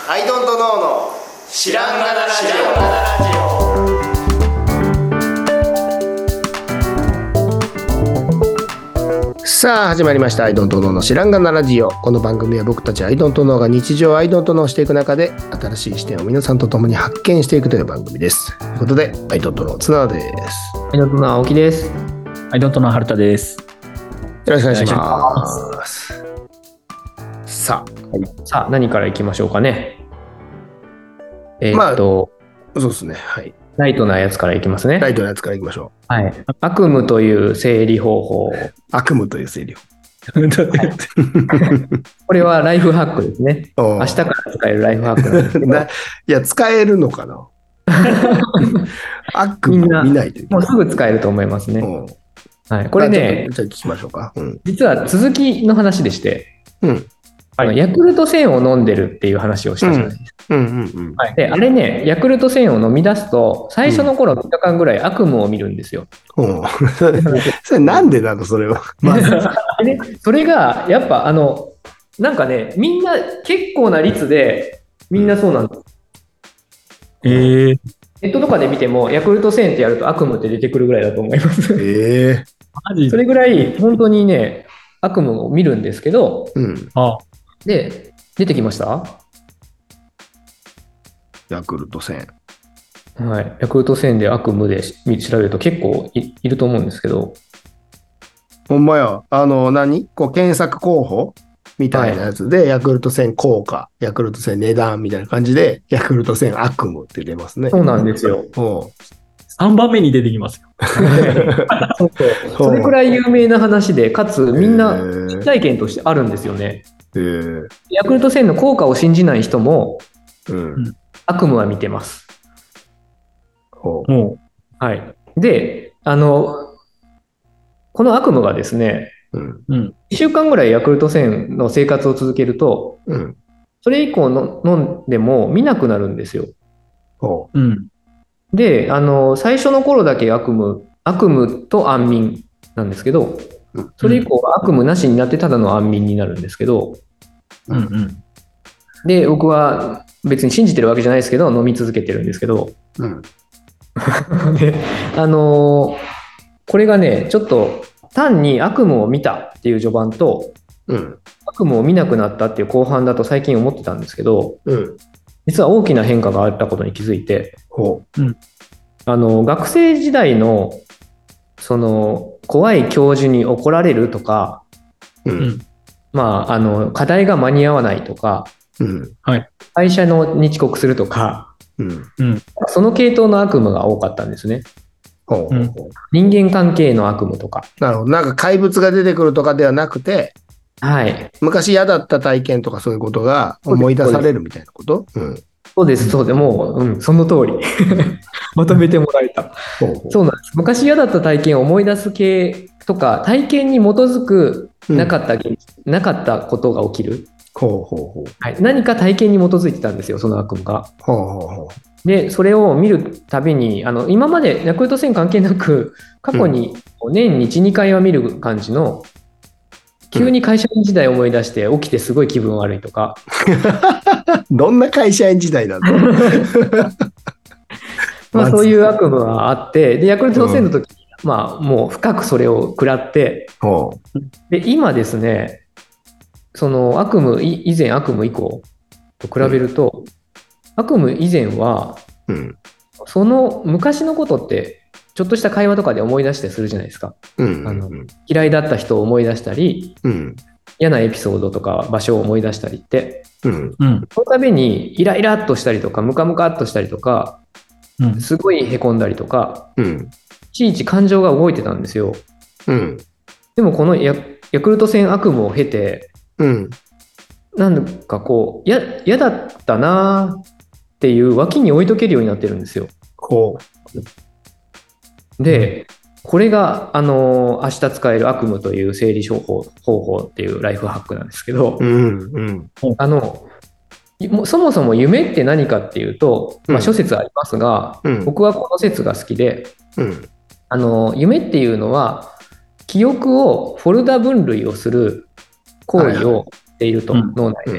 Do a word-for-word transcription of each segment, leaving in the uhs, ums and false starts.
アイドントノーの知らんがなラジオ。さあ始まりましたアイドントノーの知らんがなラジオ。この番組は僕たちアイドントノーが日常をアイドントノーしていく中で新しい視点を皆さんと共に発見していくという番組です。ということでアイドントノー綱田です。 アイドントノー青木です。 アイドントノー春田です。 よろしくお願いします。さあ、 はい、さあ何からいきましょうかね。えー、っと、 まあ、そうですね。はい。 ライトなやつからいきますね。 ライトなやつからいきましょう。はい。悪夢という整理方法。 悪夢という整理法。 はい、これはライフハックですね。明日から使えるライフハックなんですけど。 いや、使えるのかな悪夢見ないといけない。 もうすぐ使えると思いますね。はい。これね、 じゃあ聞きましょうか。うん、 実は続きの話でして、 うん、 あのヤクルトせんを飲んでるっていう話をしたじゃないですか。 うんうんうんうん、 はい、であれね、ヤクルトせんを飲み出すと、最初の頃みっかかんぐらい悪夢を見るんですよ。 うん、それなんでなのそれは。まずでそれがやっぱあのなんかね、みんな結構な率でみんなそうなんです。 えー、 ネットとかで見てもヤクルトせんってやると悪夢って出てくるぐらいだと思います。 えー、 マジそれぐらい本当にね悪夢を見るんですけど、 うん、 あで出てきました？ ヤクルトせん。 はい、ヤクルトせんで悪夢で調べると結構 い, いると思うんですけど。 ほんまや、あの何こう検索候補みたいなやつで、はい、ヤクルトせん効果、ヤクルトせん値段みたいな感じでヤクルトせん悪夢って出ますね。 そうなんですよ。 さんばんめに出てきますよ。 そうそうそれくらい有名な話で、かつみんな実体験としてあるんですよね。 えー、 ヤクルトせんの効果を信じない人も、 うん、 悪夢は見てます。 ほうはい、であのこの悪夢がですね、 うんうん、いっしゅうかんぐらいヤクルトせんの生活を続けると、 うん、 それ以降の飲んでも見なくなるんですよ。 ほう、うん、であの最初の頃だけ悪夢悪夢と安眠なんですけど、それ以降は悪夢なしになってただの安眠になるんですけど、 うんうん、 で僕は別に信じてるわけじゃないですけど飲み続けてるんですけど、 うん、 であのー、これがねちょっと単に悪夢を見たっていう序盤と、 うん、 悪夢を見なくなったっていう後半だと最近思ってたんですけど、 うん、 実は大きな変化があったことに気づいて、 ほう、うん、あの学生時代のその怖い教授に怒られるとか、 うん、 まあ、あの課題が間に合わないとか、 うんはい、会社のに遅刻するとか、 うんうん、その系統の悪夢が多かったんですね。 ほうほうほう、 人間関係の悪夢とか。 なるほど。なんか怪物が出てくるとかではなくて、 はい、 昔嫌だった体験とかそういうことが思い出されるみたいなこと？うん、 そうです、そうでもう、うん、その通りまとめてもらえた。ほうほう、そうなんです。昔嫌だった体験を思い出す系とか、体験に基づくなかった、うん、なかったことが起きる。 ほうほうほう、 はい、何か体験に基づいてたんですよ、その悪夢が。 ほうほうほう、 でそれを見るたびに、あの今までヤクルトせん関係なく過去に年にいち、にかいは見る感じの、急に会社員時代を思い出して起きてすごい気分悪いとかどんな会社員時代なんだまあそういう悪夢があって、でヤクルトせんの時に、うん、まあもう深くそれを食らって、で今ですね、その悪夢以前悪夢以降と比べると、うん、悪夢以前は、うん、その昔のことってちょっとした会話とかで思い出したりするじゃないですか、うんうんうん、あの嫌いだった人を思い出したり、うん、嫌なエピソードとか場所を思い出したりって、うんうん、そのためにイライラっとしたりとかムカムカっとしたりとか、うん、すごいへこんだりとか、うん、いちいち感情が動いてたんですよ、うん、でもこの ヤ, ヤクルトせん悪夢を経て、うん、なんかこうや嫌だったなっていう脇に置いとけるようになってるんですよ。 こうで、これがあの明日使える悪夢という整理方法方法っていうライフハックなんですけど、うんうん、あのそもそも夢って何かっていうと、まあ、諸説ありますが、うん、僕はこの説が好きで、うん、あの夢っていうのは記憶をフォルダ分類をする行為をしていると、はいはい、脳内で、うん、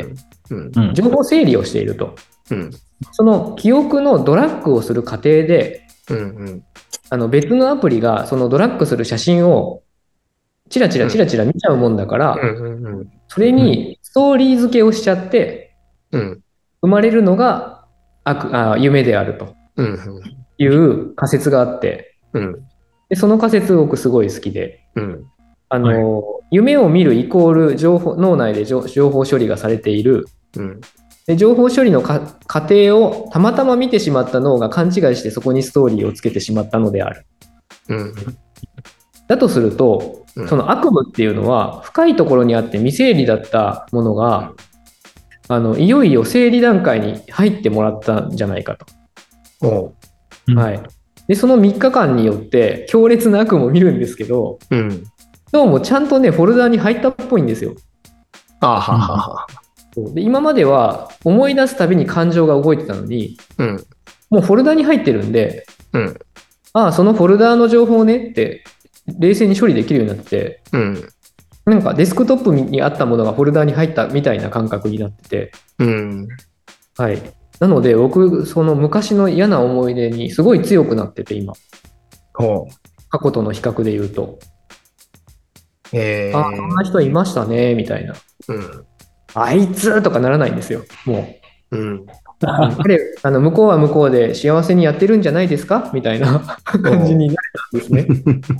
うん情報整理をしていると。 うんその記憶のドラッグをする過程で、 うんうんあの別のアプリがそのドラッグする写真をチラチラチラチラ見ちゃうもんだかうら、 んうんそれにストーリー付けをしちゃって、 うん生まれるのが悪あ夢であるとうんいう仮説があって、 うんでその仮説僕すごい好きで、 うんあの、夢を見るイコール情報脳内で情情報処理がされている。 うんで情報処理のか過程をたまたま見てしまった脳が勘違いしてそこにストーリーをつけてしまったのである。 うんだとすると、 うんその悪夢っていうのは深いところにあって未整理だったものが、あのいよいよ整理段階に入ってもらったんじゃないかと。 おうはい、でそのみっかかんによって強烈な悪夢を見るんですけど、 うんどうもちゃんとねフォルダに入ったっぽいんですよ。 あはははで今までは思い出すたびに感情が動いてたのに、 うんもうフォルダに入ってるんで、 うんああそのフォルダの情報ねって冷静に処理できるようになって、 うんなんかデスクトップにあったものがフォルダに入ったみたいな感覚になってて、 うんはい、なので僕その昔の嫌な思い出にすごい強くなってて、今ほう過去との比較で言うと、 えーああそんな人いましたねみたいな、 うんあいつとかならないんですよ。もううん彼あの向こうは向こうで幸せにやってるんじゃないですかみたいな感じになるんですね。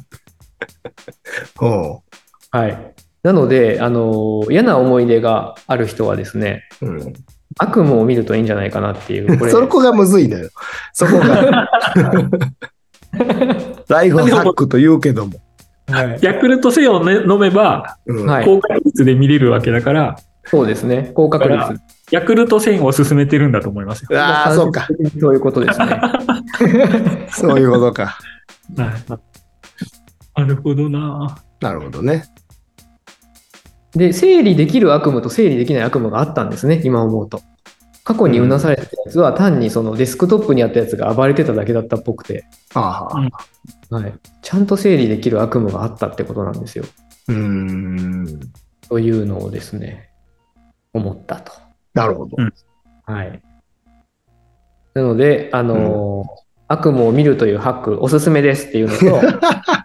ほはい、なので、あの嫌な思い出がある人はですね、 ううん悪夢を見るといいんじゃないかなっていう。これそこがむずいのよ。そこが。ライフハックと言うけども。 はいヤクルトせよ、ね、飲めば、 うんはい高確率で見れるわけだから、 そうですね、高確率。 ヤクルトせんを勧めてるんだと思いますよ。 ああ、そうか。 そういうことですね。 そういうことか。 なるほどな。 なるほどね。 で、整理できる悪夢と整理できない悪夢があったんですね、今思うと。過去にうなされたやつは単にそのデスクトップにあったやつが暴れてただけだったっぽくて、 ああ、 はい、ちゃんと整理できる悪夢があったってことなんですよ。 うーん。 というのをですね、思ったと。 なるほど。 はい。なので、あのー悪夢を見るというハックおすすめですっていうのと、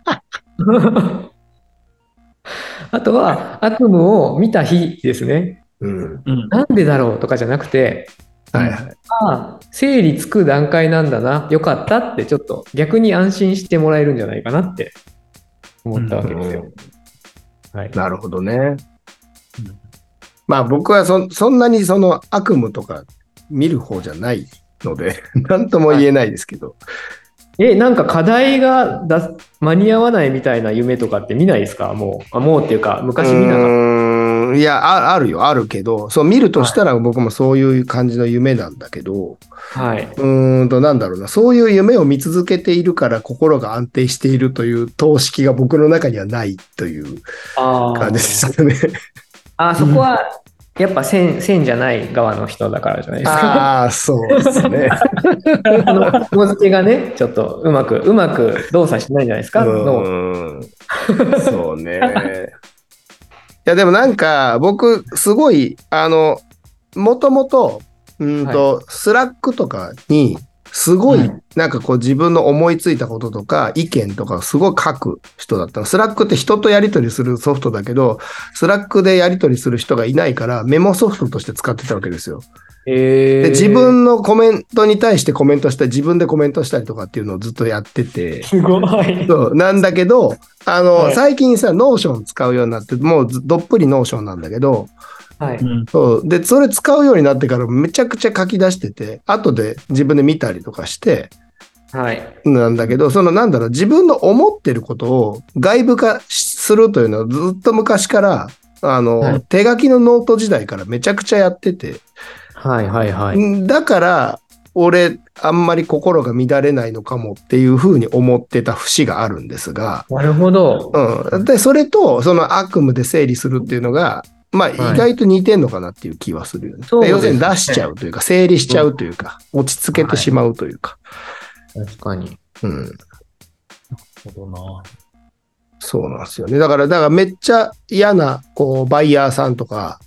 あとは悪夢を見た日ですね。 うん。 うん。 なんでだろうとかじゃなくて、 はいはい。 ああ、整理つく段階なんだな、よかったってちょっと逆に安心してもらえるんじゃないかなって思ったわけですよ。はい。 なるほどね。まあ僕はそそんなにその悪夢とか見る方じゃないので、なんとも言えないですけど。 え、なんか課題がだ間に合わないみたいな夢とかって見ないですか？もう、あもうっていうか、昔見なかっうーんいやあ、あるよ、あるけど、そう見るとしたら僕もそういう感じの夢なんだけど、 た。はい。 うーんと、なんだろうな、そういう夢を見続けているから心が安定しているという等式が僕の中にはないというあ感じでしたね。 あー、そこはやっぱ線、線じゃない側の人だからじゃないですか。 ああ、そうですね。 あの、紐付けがね、ちょっとうまく、うまく動作してないんじゃないですか。脳うーんそうね。いや、でもなんか、僕、すごい、あの、もともと、うんと、スラックとかに、すごいうん、 なんかこう自分の思いついたこととか意見とかすごい書く人だったの。スラックって人とやり取りするソフトだけど、スラックでやり取りする人がいないからメモソフトとして使ってたわけですよ。 えー、 で、自分のコメントに対してコメントしたり、自分でコメントしたりとかっていうのをずっとやってて。 すごい。 そう、なんだけど、あの、 はい最近さ、ノーション使うようになって、もうずどっぷりノーションなんだけど、 はい。 うん。 そう。で、それ使うようになってからめちゃくちゃ書き出してて、後で自分で見たりとかして、 はい。 なんだけど、そのなんだろう、自分の思ってることを外部化するというのはずっと昔から、あの、 はい手書きのノート時代からめちゃくちゃやってて、 はい。はい。はい。 んだから、俺、あんまり心が乱れないのかもっていうふうに思ってた節があるんですが、 なるほど。 うん。で、それと、その悪夢で整理するっていうのが、まあ、意はい外と似てんのかなっていう気はするよね。 そうですね要するに出しちゃうというか、整理しちゃうというか、落ち着けてしまうというか。 確かに。 うん。 なるほどな。 そうなんですよね。だから、だからめっちゃ嫌な、こう、バイヤーさんとか、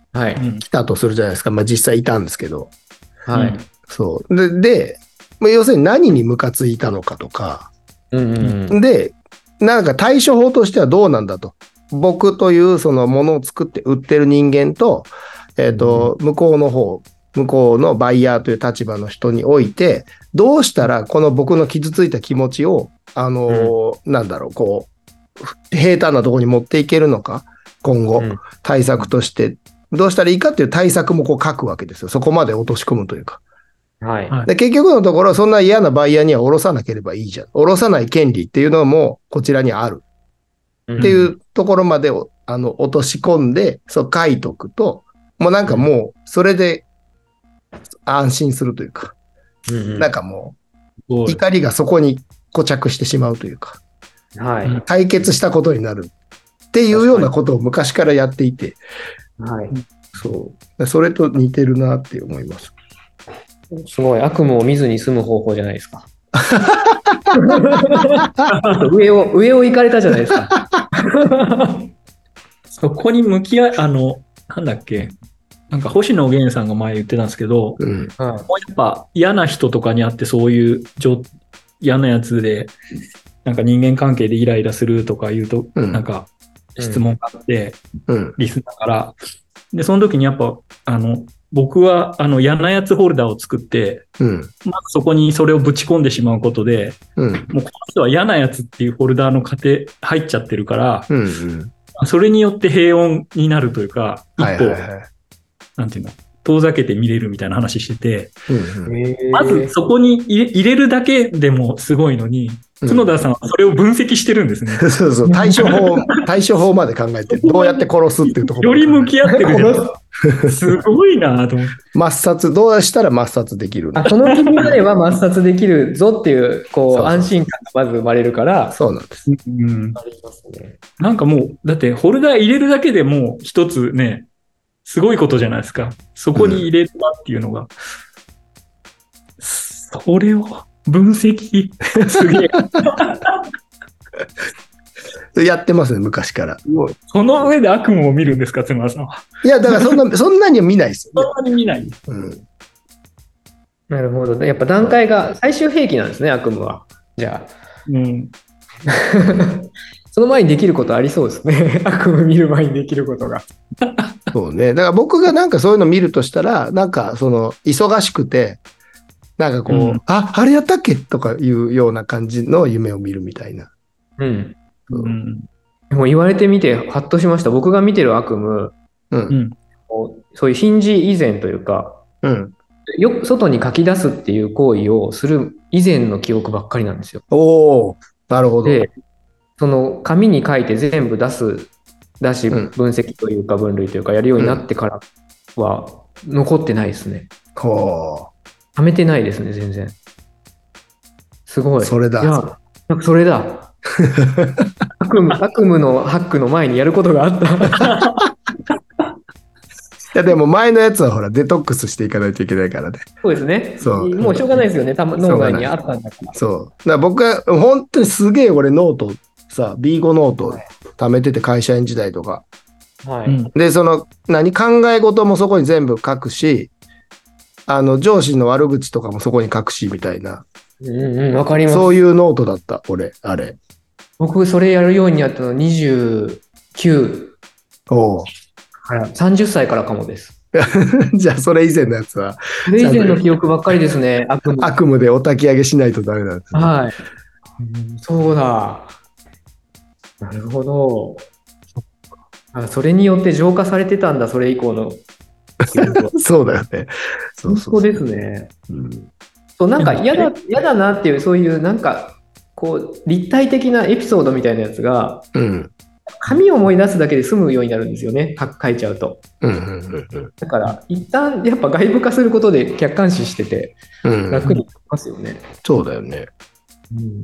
はい。 来たとするじゃないですか。まあ実際いたんですけど。 はい。 そう。で、で、要するに何にムカついたのかとか。 うんうんうん、 で、なんか対処法としてはどうなんだと。僕というそのものを作って売ってる人間と、えっと、向こうの方、向こうのバイヤーという立場の人において、どうしたらこの僕の傷ついた気持ちを、あの、うん、なんだろう、こう、平坦なところに持っていけるのか、今後、対策として、どうしたらいいかっていう対策もこう書くわけですよ。そこまで落とし込むというか。 はい。 で、結局のところ、そんな嫌なバイヤーには下ろさなければいいじゃん。下ろさない権利っていうのもこちらにある。っていうところまでを、あの、落とし込んで、そう書いとくと、もうなんかもう、それで安心するというか、うんうん、なんかもう、怒りがそこに固着してしまうというか、 はい、 解決したことになるっていうようなことを昔からやっていて、 はい、 そう。それと似てるなって思います。 すごい、悪夢を見ずに済む方法じゃないですか。上を、上を行かれたじゃないですか。 そこに向き合い、あの、なんだっけ、なんか星野源さんが前言ってたんですけど、うん、やっぱ嫌な人とかに会ってそういう嫌なやつで、なんか人間関係でイライラするとか言うと、うん、なんか質問があって、うん、リスナーから。で、その時にやっぱ、あの、僕はあの嫌なやつホルダーを作って、うん、まずそこにそれをぶち込んでしまうことで、うん、もうこの人は嫌なやつっていうフォルダーの過程入っちゃってるから、うんうん、それによって平穏になるというか、一歩、はいはいはい、なんていうの、遠ざけて見れるみたいな話してて、うんうん、まずそこに入れ、入れるだけでもすごいのに、角田さんはそれを分析してるんですね。 そうそう、対処法、対処法まで考えて、どうやって殺すっていうところ。 より向き合ってるじゃないですか。すごいなと思って。 抹殺、どうしたら抹殺できるの？ あ、この気までは抹殺できるぞっていう、こう、そうそう安心感がまず生まれるから。 そうなんです。うん、 なんかもう、だってホルダー入れるだけでもう一つね、すごいことじゃないですか。そこに入れたっていうのが。うん、それを分析すげえ。やってますね、昔から。 その上で悪夢を見るんですか、角田さんは。 いや、だからそんな、そんなには見ないですよ、 ね。そんなに見ない。うん。 なるほどね。やっぱ段階が最終兵器なんですね、悪夢は。じゃあ。うん。その前にできることありそうですね。悪夢見る前にできることが。 そうね。だから僕がなんかそういうの見るとしたら、なんかその、忙しくて、なんかこう、うん、あ、あれやったっけとかいうような感じの夢を見るみたいな。 うん。うん、でも言われてみてハッとしました。僕が見てる悪夢、うん、そういうヒンジ以前というか、うん、よく外に書き出すっていう行為をする以前の記憶ばっかりなんですよ。 おー、なるほど。 で、その紙に書いて全部出す、出し分析というか分類というかやるようになってからは残ってないですね。 ほう。 溜めてないですね、全然。すごい。 それだ。 いや、それだ。悪夢、悪夢のハックの前にやることがあった。 いやでも前のやつはほらデトックスしていかないといけないからね。 そうですね。そう。もうしょうがないですよね。脳内にあったんだから。 そう。だから僕は本当にすげえ俺ノートさ、ビーゴ ノート貯めてて会社員時代とか。はい。で、その何考え事もそこに全部書くし、あの上司の悪口とかもそこに書くしみたいな。 うんうん、わかります。 そういうノートだった俺あれ。 僕それやるようになったのにじゅうきゅう。 おう。 さんじゅっさいからかもです。 じゃあそれ以前のやつは。 それ以前の記憶ばっかりですね。 悪夢。悪夢でお焚き上げしないとダメなんですね。 はい。うん、そうだ。なるほど。あ、それによって浄化されてたんだ、それ以降の。 そうだよね。 そうそうそう。ですね。うん、そうなんか嫌だ、嫌だなっていう、そういうなんか、こう、立体的なエピソードみたいなやつが、うん、紙を思い出すだけで済むようになるんですよね、書いちゃうと。うんうんうんうん、だから、一旦やっぱ外部化することで客観視してて、楽になりますよね。 うん、そうだよね。うん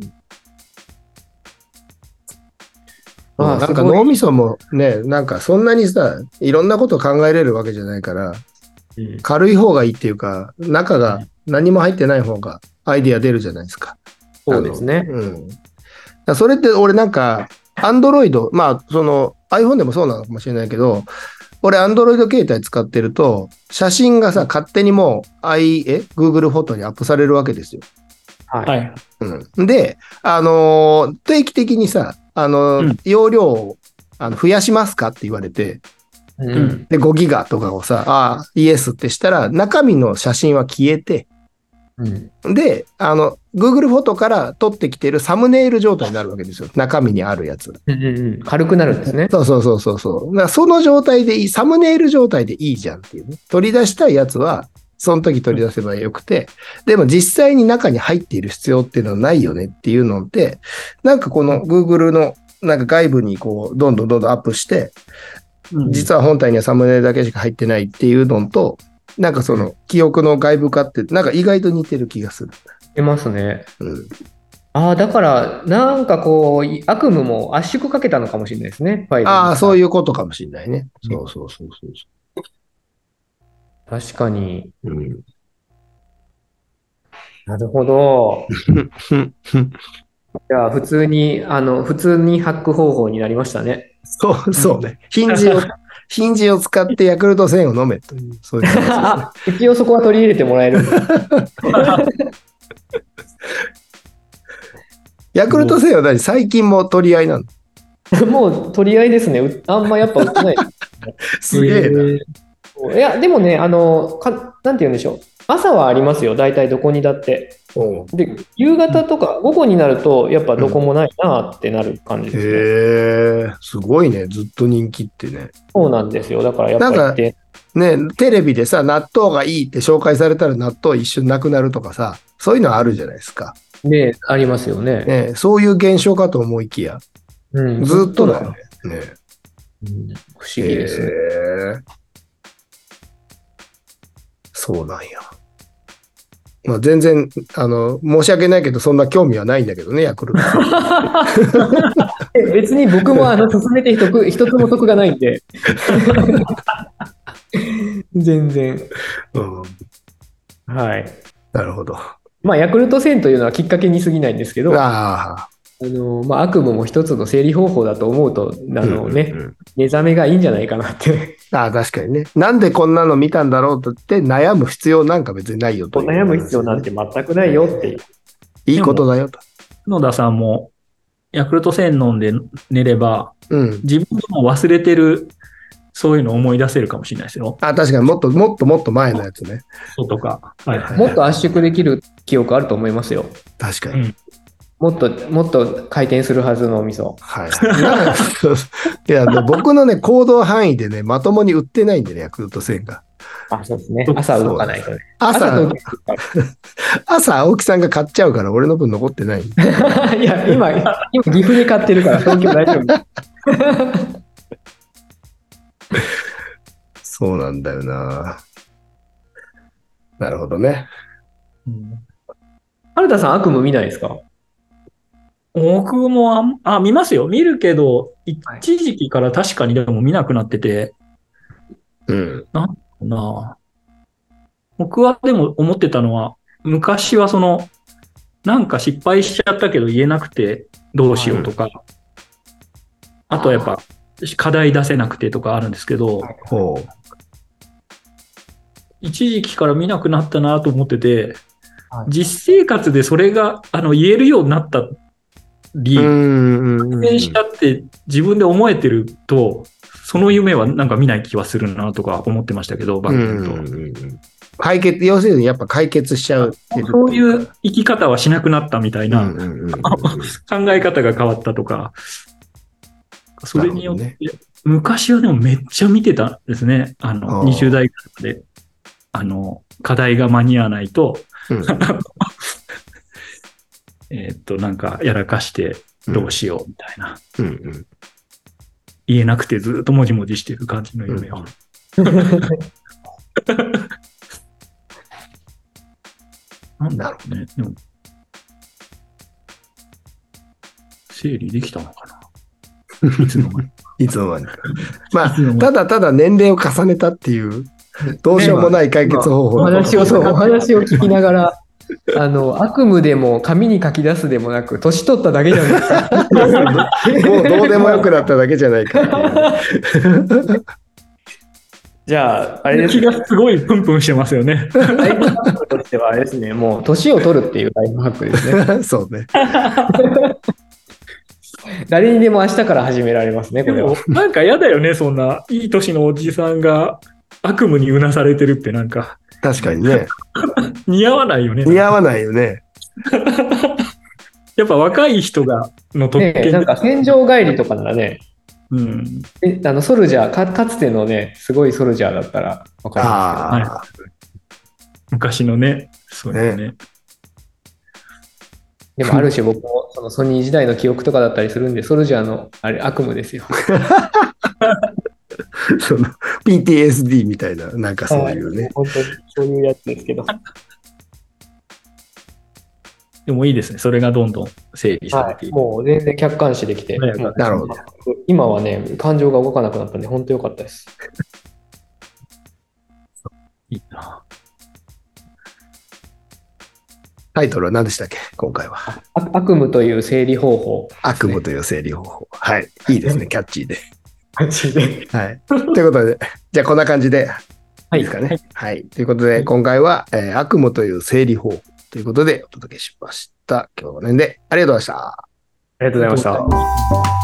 まあ、なんか脳みそもね、なんかそんなにさ、いろんなこと考えれるわけじゃないから、うん、軽い方がいいっていうか、中が何も入ってない方がアイディア出るじゃないですか。 そうですね。 うん。だそれって俺なんか、アンドロイド、まあその iPhone でもそうなのかもしれないけど、 俺、アンドロイド携帯使ってると、写真がさ、勝手にもう、I、え ?Google フォトにアップされるわけですよ。 はい。 うん、で、あのー、定期的にさ、あのーうん、容量をあの増やしますかって言われて、うん、で、ごギガとかをさ、ああ、イエスってしたら、中身の写真は消えて、うん、で、あの、Google フォトから撮ってきてるサムネイル状態になるわけですよ。中身にあるやつ。 うんうんうん、軽くなるんですね。 そうそうそうそうそう。だからその状態でいい、サムネイル状態でいいじゃんっていうね。取り出したいやつは、その時取り出せばよくて、でも実際に中に入っている必要っていうのはないよねっていうのって、なんかこの Google のなんか外部にこう、どんどんどんどんアップして、実は本体にはサムネイルだけしか入ってないっていうのと、なんかその記憶の外部化ってなんか意外と似てる気がする。 出ますね。うん、ああ、だからなんかこう悪夢も圧縮かけたのかもしれないですね。 ああ、そういうことかもしれないね。うん、そうそうそうそう。 確かに。うん、なるほど。じゃあ普通にあの普通にハック方法になりましたね。 そうそうね。ヒンジをヒンジを使ってヤクルトせんを飲めという、そういう話ですね。 一応そこは取り入れてもらえる。 ヤクルトせんは何？最近も取り合いなの？もう取り合いですね。あんまやっぱ売ってない。 すげえな。えー、いや、でもね、あの、かなんて言うんでしょう。朝はありますよ。大体どこにだって。で、夕方とか午後になると、やっぱどこもないなってなる感じですね。 うん、へえ、すごいね。ずっと人気ってね。 そうなんですよ。だからやっぱり。なんかね、テレビでさ、納豆がいいって紹介されたら納豆一瞬なくなるとかさ、そういうのあるじゃないですか。 ね、ありますよね。 ね、そういう現象かと思いきや。うん、ずっとだよね。ね、 うん、不思議ですね。 そうなんや。まあ、全然、あの、申し訳ないけど、そんな興味はないんだけどね、ヤクルト。 別に僕もあの進めて一つ、一つも得がないんで。全然、うん。はい。 なるほど。 まあ、ヤクルトせんというのはきっかけに過ぎないんですけど、 ああのまあ、悪夢も一つの整理方法だと思うと、あのね、うんうん、目覚めがいいんじゃないかなって。 ああ、確かにね。なんでこんなの見たんだろうとって悩む必要なんか別にないよと、 ね。悩む必要なんて全くないよっていう。 いいことだよと。 野田さんも、ヤクルトせん飲んで寝れば、うん、自分でも忘れてる、そういうのを思い出せるかもしれないですよ。 あ、確かにもっともっともっと前のやつね。 そうとか、 はいはいはい。もっと圧縮できる記憶あると思いますよ。 確かに。うん、 もっともっと回転するはずのお味噌。 はい。いや、僕のね、行動範囲でね、まともに売ってないんでね、ヤクルトせんが。 あ、そうですね。朝動かないとね。 朝、朝、朝青木さんが買っちゃうから、俺の分残ってない。いや、今、今、岐阜で買ってるから、東京大丈夫。 そうなんだよな。なるほどね。 うん、原田さん、悪夢見ないですか？ 僕もあ、あ、見ますよ。見るけど、一時期から確かにでも見なくなってて。うん。なんだろうな。僕はでも思ってたのは、昔はその、なんか失敗しちゃったけど言えなくてどうしようとか、うん、あとはやっぱ課題出せなくてとかあるんですけど、ほう。一時期から見なくなったなと思ってて、はい、実生活でそれがあの言えるようになったり、発見したって自分で思えてると、その夢はなんか見ない気はするなとか思ってましたけど、バックと。 解決、要するにやっぱ解決しちゃう。 そういう生き方はしなくなったみたいな考え方が変わったとか、それによって、ね、昔はでもめっちゃ見てたんですね。あの、にじゅう代で、あの、課題が間に合わないと、うん、えっと、なんかやらかしてどうしようみたいな。うんうんうん、言えなくてずっともじもじしてる感じの夢を。うん、なんだろうね。でも整理できたのかな。いつの間に。 いつの間にか。まあ、ただただ年齢を重ねたっていう、どうしようもない解決方法、 ね、まあ、お話を、そう、お話を聞きながら、あの、悪夢でも紙に書き出すでもなく、年取っただけじゃないですか。 もうどうでもよくなっただけじゃないか。 じゃあ、あれです気がすごいプンプンしてますよね。 ライフハックとしてはあれですね、もう年を取るっていうライフハックですね。 そうね。 誰にでも明日から始められますね、これは。 でもなんか嫌だよね、そんないい年のおじさんが悪夢にうなされてるってなんか。 確かにね。 似合わないよね。 似合わないよね。 やっぱ若い人がの特権で、 ね、なんか戦場帰りとかならね、 うん、 えあのソルジャーか、かつてのね、すごいソルジャーだったらわかりますけど、 はい、昔のね、そうですね。ね、 でもある種僕もそのソニー時代の記憶とかだったりするんで、ソルジャーのあれ悪夢ですよ。 その ピーティーエスディー みたいな、なんかそういうね。 はい、本当にそういうやつですけど。 でもいいですね。それがどんどん整理されている。 はい、もう全然客観視できて。 なるほど。 今はね、感情が動かなくなったんで、本当良かったです。 いいな。 タイトルは何でしたっけ、今回は。 悪夢という整理方法、ね。 悪夢という整理方法。はい。いいですね、キャッチーで。 キャッチーで。 はい。ということで、じゃあこんな感じで、いいですかね。 はい。 はい、ということで、今回は、えー、悪夢という整理方法ということでお届けしました。今日はこの辺でありがとうございました。 ありがとうございました。